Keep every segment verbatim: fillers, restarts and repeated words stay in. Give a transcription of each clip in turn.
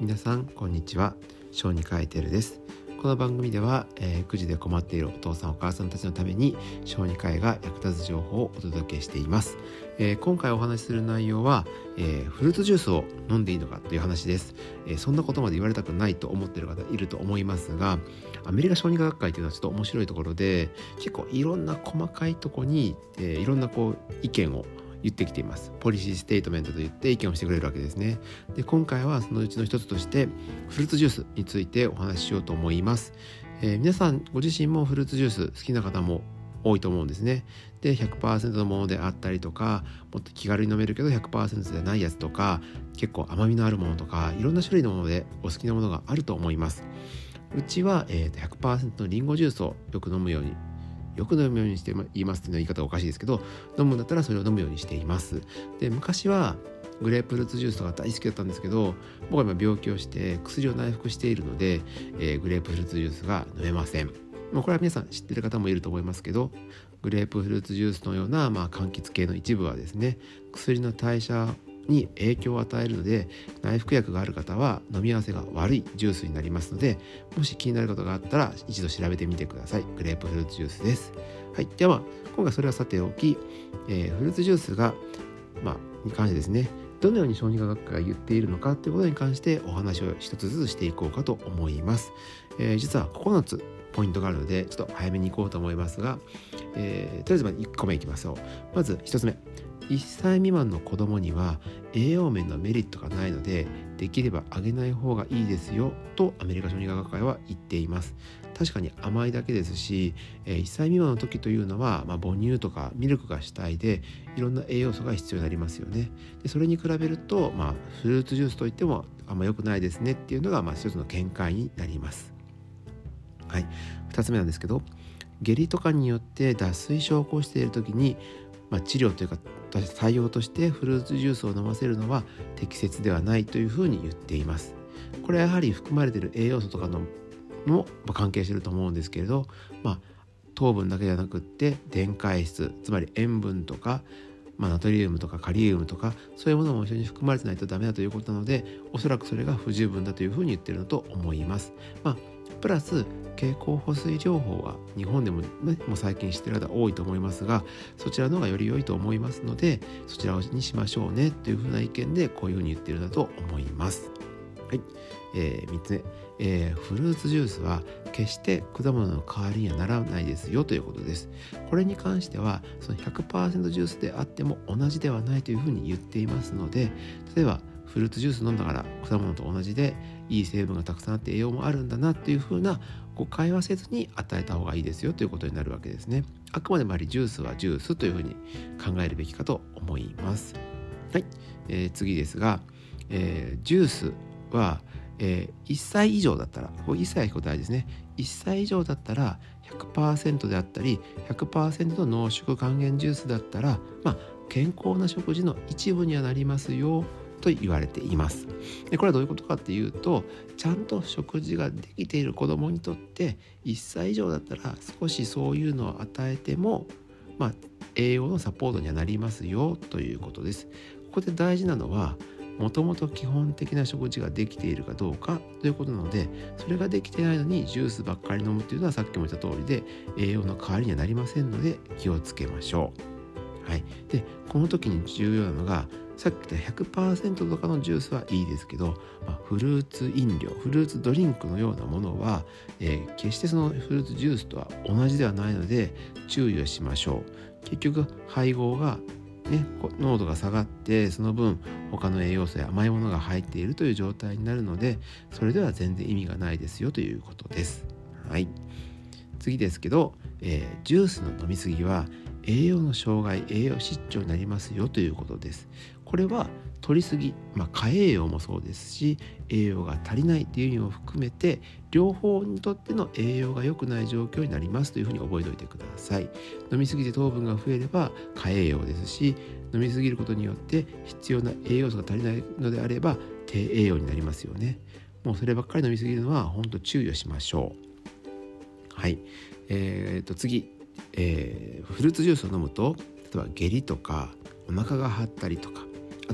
皆さんこんにちは。小児科医テルです。この番組では、えー、育児で困っているお父さんお母さんたちのために小児科医が役立つ情報をお届けしています。えー、今回お話しする内容は、えー、フルーツジュースを飲んでいいのかという話です。えー、そんなことまで言われたくないと思っている方いると思いますが、アメリカ小児科学会というのはちょっと面白いところで、結構いろんな細かいところに、えー、いろんなこう意見を言ってきています。ポリシーステートメントと言って意見をしてくれるわけですね。で、今回はそのうちの一つとしてフルーツジュースについてお話ししようと思います。えー、皆さんご自身もフルーツジュース好きな方も多いと思うんですね。で ひゃくパーセント のものであったりとか、もっと気軽に飲めるけど ひゃくパーセント じゃないやつとか、結構甘みのあるものとか、いろんな種類のものでお好きなものがあると思います。うちは、えー、ひゃくパーセント のリンゴジュースをよく飲むようによく飲むようにして言いますっていうのは言い方がおかしいですけど、飲むんだったらそれを飲むようにしています。で、昔はグレープフルーツジュースとか大好きだったんですけど、僕は今病気をして薬を内服しているので、えー、グレープフルーツジュースが飲めません。もうこれは皆さん知ってる方もいると思いますけど、グレープフルーツジュースのような、まあ、柑橘系の一部はですね、薬の代謝に影響を与えるので、内服薬がある方は飲み合わせが悪いジュースになりますので、もし気になることがあったら一度調べてみてください。グレープフルーツジュースです。はい。では、まあ、今回それはさておき、えー、フルーツジュースが、まあ、に関してですね、どのように小児科学会が言っているのかということに関してお話を一つずつしていこうかと思います。えー、実はここのつポイントがあるので、ちょっと早めに行こうと思いますが、えー、とりあえずまずいっこめいきますよ。まずひとつめ。いっさい未満の子供には栄養面のメリットがないので、できればあげない方がいいですよとアメリカ小児科学会は言っています。確かに甘いだけですし、いっさい未満の時というのは、まあ、母乳とかミルクが主体でいろんな栄養素が必要になりますよね。でそれに比べると、まあ、フルーツジュースといってもあんま良くないですねっていうのが、まあ、一つの見解になります。はい、ふたつめなんですけど、下痢とかによって脱水症を起こしている時に、まあ、治療というか対応としてフルーツジュースを飲ませるのは適切ではないというふうに言っています。これはやはり含まれている栄養素とかのも関係していると思うんですけれど、まあ、糖分だけではなくって電解質、つまり塩分とか、まあ、ナトリウムとかカリウムとか、そういうものも一緒に含まれてないとダメだということなので、おそらくそれが不十分だというふうに言っているのと思います。まあ、プラス経口補水療法は日本でも、ね、もう最近知ってる方多いと思いますが、そちらの方がより良いと思いますので、そちらにしましょうねというふうな意見でこういうふうに言っているんだと思います。はい。えー、みっつめ、えー、フルーツジュースは決して果物の代わりにはならないですよということです。これに関してはその ひゃくパーセント ジュースであっても同じではないというふうに言っていますので、例えばフルーツジュース飲んだから果物と同じでいい成分がたくさんあって栄養もあるんだなっていうふうな誤解はせずに与えた方がいいですよということになるわけですね。あくまでもやはりジュースはジュースというふうに考えるべきかと思います。はい、えー、次ですが、えー、ジュースは、えー、いっさい以上だったら、これいっさいは結構大事ですね。いっさい以上だったら ひゃくパーセント であったり ひゃくパーセント の濃縮還元ジュースだったら、まあ、健康な食事の一部にはなりますよと言われています。でこれはどういうことかっていうと、ちゃんと食事ができている子どもにとっていっさい以上だったら少しそういうのを与えても、まあ、栄養のサポートにはなりますよということです。ここで大事なのは、もともと基本的な食事ができているかどうかということなので、それができてないのにジュースばっかり飲むっていうのはさっきも言った通りで栄養の代わりにはなりませんので気をつけましょう。はい、でこの時に重要なのが、さっき言った ひゃくパーセント とかのジュースはいいですけど、まあ、フルーツ飲料、フルーツドリンクのようなものは、えー、決してそのフルーツジュースとは同じではないので注意をしましょう。結局配合がね、濃度が下がってその分他の栄養素や甘いものが入っているという状態になるので、それでは全然意味がないですよということです。はい、次ですけど、えー、ジュースの飲み過ぎは栄養の障害、栄養失調になりますよということです。これは摂りすぎ、まあ、過栄養もそうですし、栄養が足りないという意味も含めて両方にとっての栄養が良くない状況になりますというふうに覚えておいてください。飲みすぎて糖分が増えれば過栄養ですし、飲みすぎることによって必要な栄養素が足りないのであれば低栄養になりますよね。もうそればっかり飲みすぎるのは本当注意をしましょう。はい、えー、と次、えー、フルーツジュースを飲むと、例えば下痢とかお腹が張ったりとか、あと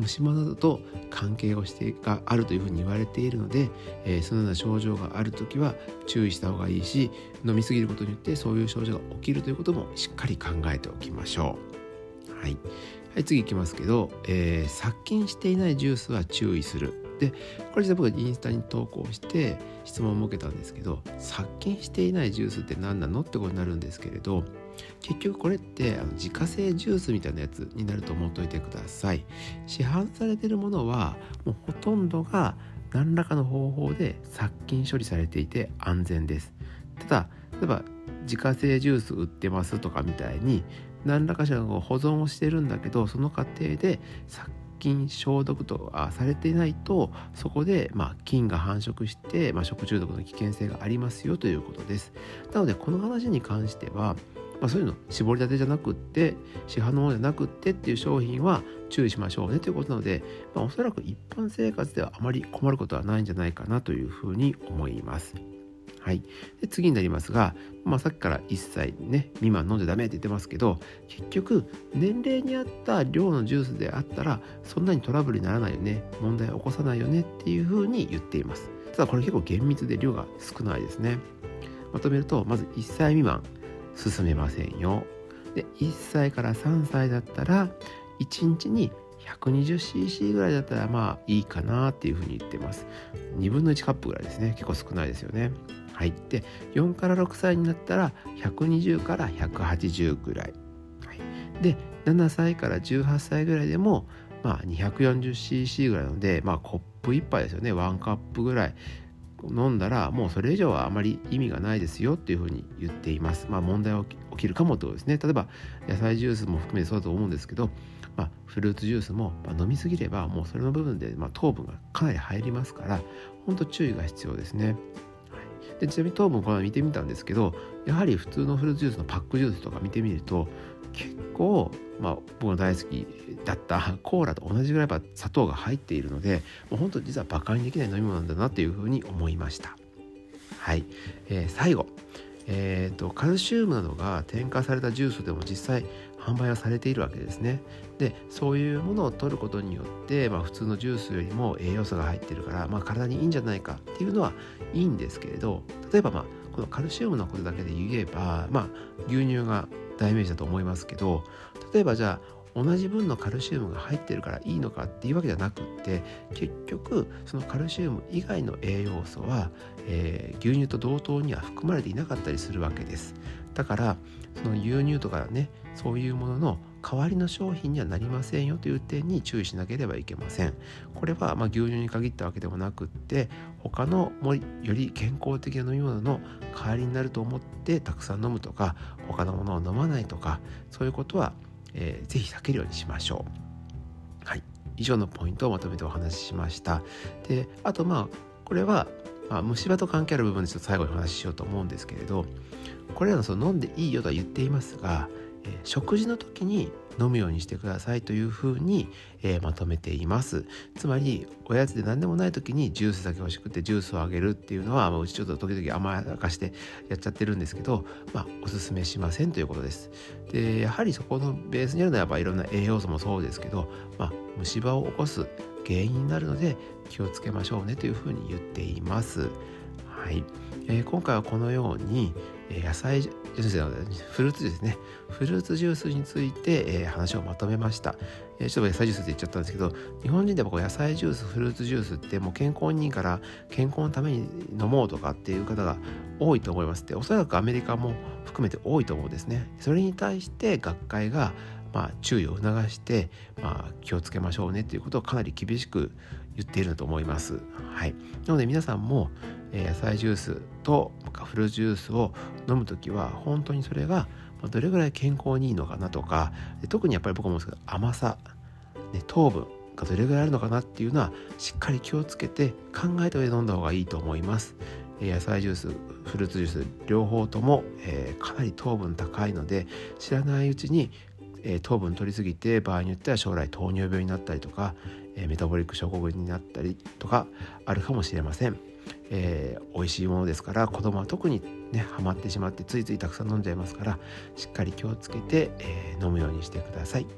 虫歯などと関係をしてがあるというふうに言われているので、えー、そのような症状があるときは注意した方がいいし、飲みすぎることによってそういう症状が起きるということもしっかり考えておきましょう。はい、はい、次いきますけど、えー、殺菌していないジュースは注意する。でこれ実は僕はインスタに投稿して質問を受けたんですけど、殺菌していないジュースって何なのってことになるんですけれど、結局これってあの自家製ジュースみたいなやつになると思っておいてください。市販されているものはもうほとんどが何らかの方法で殺菌処理されていて安全です。ただ例えば自家製ジュース売ってますとかみたいに何らかしらの保存をしてるんだけど、その過程で殺菌消毒とかされていないと、そこでまあ菌が繁殖して、まあ、食中毒の危険性がありますよということです。なのでこの話に関しては、まあ、そういうの絞りたてじゃなくって市販のものじゃなくってっていう商品は注意しましょうねということなので、まあ、おそらく一般生活ではあまり困ることはないんじゃないかなというふうに思います。はい、で次になりますが、まあ、さっきからいっさい、ね、未満飲んじゃダメって言ってますけど、結局年齢に合った量のジュースであったらそんなにトラブルにならないよね、問題を起こさないよねっていうふうに言っています。ただこれ結構厳密で量が少ないですね。まとめると、まずいっさい未満進めませんよ。でいっさいからさんさいだったらいちにちに ひゃくにじゅうシーシー ぐらいだったらまあいいかなっていうふうに言ってます。にぶんのいちカップぐらいですね。結構少ないですよね。はい、でよんからろくさいになったらひゃくにじゅうからひゃくはちじゅうぐらい、はい、でななさいからじゅうはっさいぐらいでもまあ にひゃくよんじゅうシーシー ぐらいなので、まあコップいっぱいですよね。ワンカップぐらい飲んだらもうそれ以上はあまり意味がないですよっていうふうに言っています。まあ問題は起きるかもってことですね。例えば野菜ジュースも含めてそうだと思うんですけど、まあ、フルーツジュースもまあ飲みすぎればもうそれの部分でまあ糖分がかなり入りますから、本当注意が必要ですね。でちなみに糖分この見てみたんですけど、やはり普通のフルーツジュースのパックジュースとか見てみると結構、まあ、僕の大好きだったコーラと同じぐらいやっぱ砂糖が入っているので、もう本当実はバカにできない飲み物なんだなというふうに思いました。はい、えー、最後、えーと、カルシウムなどが添加されたジュースでも実際販売はされているわけですね。でそういうものを取ることによって、まあ、普通のジュースよりも栄養素が入っているから、まあ、体にいいんじゃないかっていうのはいいんですけれど、例えば、まあ、このカルシウムのことだけで言えば、まあ、牛乳が代名詞だと思いますけど、例えばじゃあ同じ分のカルシウムが入ってるからいいのかっていうわけじゃなくって、結局そのカルシウム以外の栄養素は、えー、牛乳と同等には含まれていなかったりするわけです。だからその牛乳とかね、そういうものの代わりの商品にはなりませんよという点に注意しなければいけません。これはまあ牛乳に限ったわけでもなくって、他のもより健康的な飲み物の代わりになると思ってたくさん飲むとか、他のものを飲まないとか、そういうことはえー、ぜひ避けるようにしましょう。はい、以上のポイントをまとめてお話ししました。であとまあこれは、まあ、虫歯と関係ある部分でちょっと最後にお話ししようと思うんですけれど、これらのその飲んでいいよとは言っていますが、えー、食事の時に飲むようにしてくださいというふうに、えー、まとめています。つまりおやつで何でもない時にジュースだけ欲しくてジュースをあげるっていうのは、まあ、うちちょっと時々甘やかしてやっちゃってるんですけど、まあ、おすすめしませんということです。でやはりそこのベースにあるのはやっぱいろんな栄養素もそうですけど、まあ、虫歯を起こす原因になるので気をつけましょうねというふうに言っています。はい、えー、今回はこのように、えー、野菜フルーツですねフルーツジュースについて、えー、話をまとめました。えー、ちょっと野菜ジュースって言っちゃったんですけど、日本人でもこう野菜ジュースフルーツジュースってもう健康にいいから健康のために飲もうとかっていう方が多いと思います。でおそらくアメリカも含めて多いと思うんですね。それに対して学会がまあ注意を促して、まあ、気をつけましょうねということをかなり厳しく言っていると思います。はい、なので皆さんも野菜ジュースとフルーツジュースを飲むときは本当にそれがどれぐらい健康にいいのかなとか、特にやっぱり僕も思うんですけど甘さ、ね、糖分がどれぐらいあるのかなっていうのはしっかり気をつけて考えた上で飲んだ方がいいと思います。野菜ジュースフルーツジュース両方とも、えー、かなり糖分高いので、知らないうちに、えー、糖分取りすぎて場合によっては将来糖尿病になったりとか、えー、メタボリック症候群になったりとかあるかもしれません。えー、美味しいものですから子供は特にねハマってしまってついついたくさん飲んじゃいますから、しっかり気をつけて、えー、飲むようにしてください。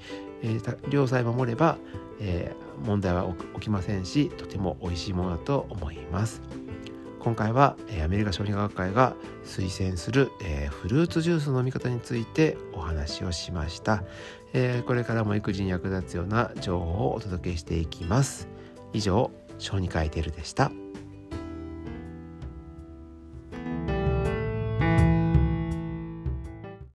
えー、量さえ守れば、えー、問題は起きませんし、とても美味しいものだと思います。今回は、えー、アメリカ小児科学会が推薦する、えー、フルーツジュースの飲み方についてお話をしました。えー、これからも育児に役立つような情報をお届けしていきます。以上、小児科医テルでした。